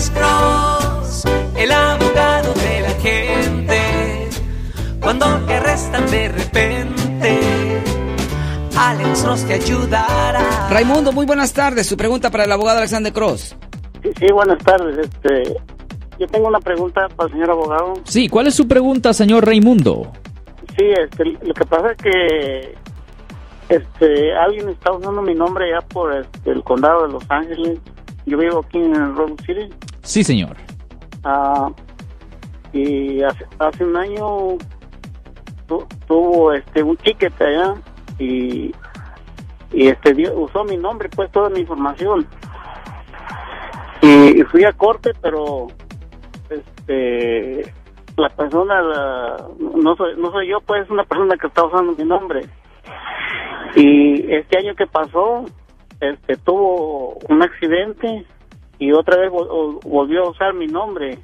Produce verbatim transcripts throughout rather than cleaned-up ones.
Alex Cross, el abogado de la gente. Cuando te arrestan de repente, Alex Cross te ayudará. Raimundo, muy buenas tardes. Su pregunta para el abogado Alexander Cross. Sí, sí, buenas tardes. Este, yo tengo una pregunta para el señor abogado. Sí, ¿cuál es su pregunta, señor Raimundo? Sí, este, lo que pasa es que este, alguien está usando mi nombre ya por este, el condado de Los Ángeles. Yo vivo aquí en Road City. Sí, señor. Ah, y hace, hace un año tu, tuvo este un ticket allá y y este dio, usó mi nombre, pues toda mi información. Y, y fui a corte, pero este la persona la, no soy no soy yo, pues es una persona que está usando mi nombre. Y este año que pasó, este tuvo un accidente y otra vez vol- volvió a usar mi nombre.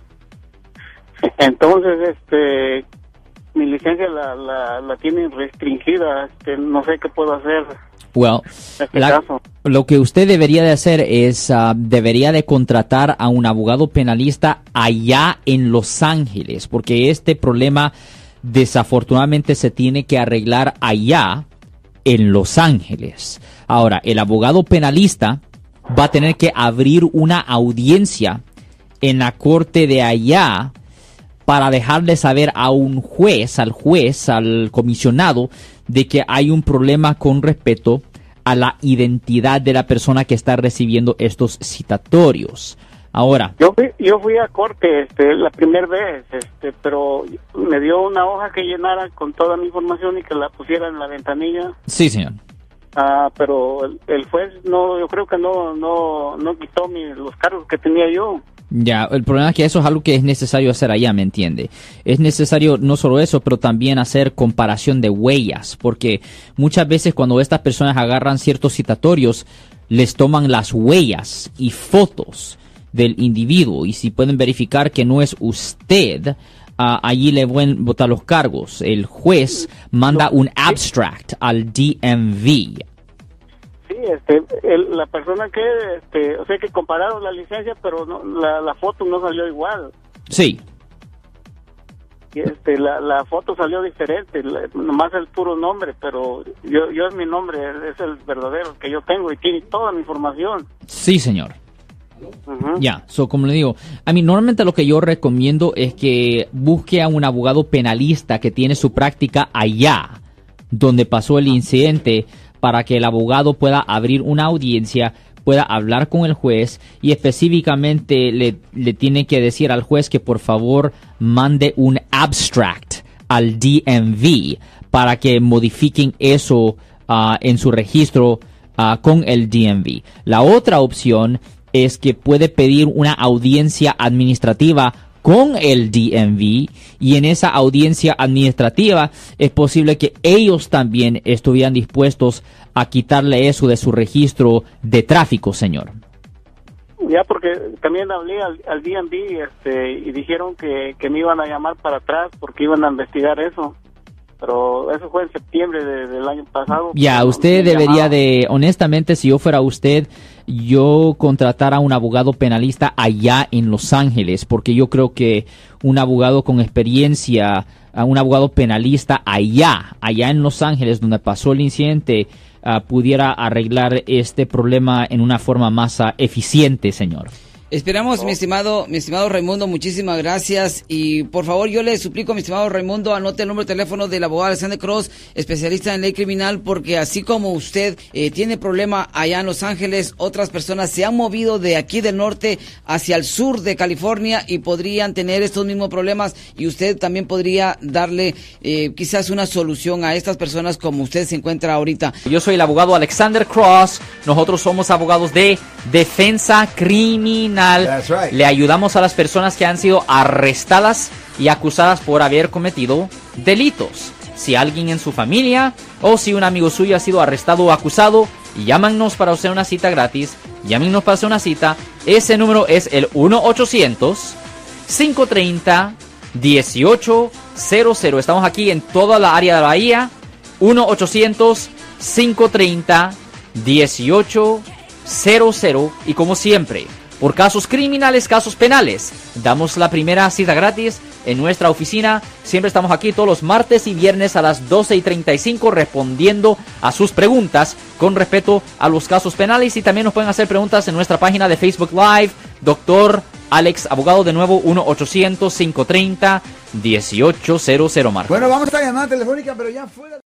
Entonces, este mi licencia la la, la tienen restringida. Este, no sé qué puedo hacer. Well, Este la, caso. lo que usted debería de hacer es, uh, debería de contratar a un abogado penalista allá en Los Ángeles, porque este problema desafortunadamente se tiene que arreglar allá en Los Ángeles. Ahora, el abogado penalista va a tener que abrir una audiencia en la corte de allá para dejarle saber a un juez, al juez, al comisionado, de que hay un problema con respecto a la identidad de la persona que está recibiendo estos citatorios. Ahora, Yo fui, yo fui a corte este, la primera vez, este, pero me dio una hoja que llenara con toda mi información y que la pusiera en la ventanilla. sí, señor. Ah, pero el, el juez no, yo creo que no, no, no quitó mi, los cargos que tenía yo. Ya, el problema es que eso es algo que es necesario hacer allá, ¿me entiende? Es necesario no solo eso, pero también hacer comparación de huellas, porque muchas veces cuando estas personas agarran ciertos citatorios, les toman las huellas y fotos del individuo, y si pueden verificar que no es usted, uh, allí le pueden botar los cargos. El juez manda un abstract al D M V. Sí, este, el, la persona que, este, o sea que compararon la licencia, pero no, la, la foto no salió igual. Sí. Y este, la, la foto salió diferente, la, nomás el puro nombre, pero yo, yo es mi nombre, es el verdadero que yo tengo y tiene toda mi información. Sí, señor. Uh-huh. Ya, so, como le digo, a mí normalmente lo que yo recomiendo es que busque a un abogado penalista que tiene su práctica allá, donde pasó el incidente, para que el abogado pueda abrir una audiencia, pueda hablar con el juez y específicamente le, le tiene que decir al juez que por favor mande un abstract al D M V para que modifiquen eso uh, en su registro uh, con el D M V. La otra opción es que puede pedir una audiencia administrativa con el D M V, y en esa audiencia administrativa es posible que ellos también estuvieran dispuestos a quitarle eso de su registro de tráfico, señor. Ya, porque también hablé al, al D M V este, y dijeron que, que me iban a llamar para atrás porque iban a investigar eso. Pero eso fue en septiembre de, del año pasado. Ya, usted debería de, honestamente, si yo fuera usted, yo contratara a un abogado penalista allá en Los Ángeles, porque yo creo que un abogado con experiencia, un abogado penalista allá, allá en Los Ángeles, donde pasó el incidente, uh, pudiera arreglar este problema en una forma más uh, eficiente, señor. Esperamos, mi estimado, mi estimado Raimundo, muchísimas gracias. Y por favor, yo le suplico, mi estimado Raimundo, anote el número de teléfono del abogado Alexander Cross, especialista en ley criminal, porque así como usted eh, tiene problema allá en Los Ángeles, otras personas se han movido de aquí del norte hacia el sur de California y podrían tener estos mismos problemas, y usted también podría darle eh, quizás una solución a estas personas como usted se encuentra ahorita. Yo soy el abogado Alexander Cross. Nosotros somos abogados de defensa criminal. That's right. Le ayudamos a las personas que han sido arrestadas y acusadas por haber cometido delitos. Si alguien en su familia o si un amigo suyo ha sido arrestado o acusado, llámanos para hacer una cita gratis. Llámenos para hacer una cita. Ese número es el uno ochocientos, cinco treinta, dieciocho cero cero. Estamos aquí en toda la área de la Bahía. uno ochocientos, cinco treinta, dieciocho cero cero. Y como siempre, por casos criminales, casos penales. Damos la primera cita gratis en nuestra oficina. Siempre estamos aquí todos los martes y viernes a las doce y treinta y cinco respondiendo a sus preguntas con respecto a los casos penales, y también nos pueden hacer preguntas en nuestra página de Facebook Live, Doctor Alex Abogado, de nuevo uno ochocientos, cinco treinta, dieciocho cero cero, Marco. Bueno, vamos a esta llamada telefónica, pero ya fuera.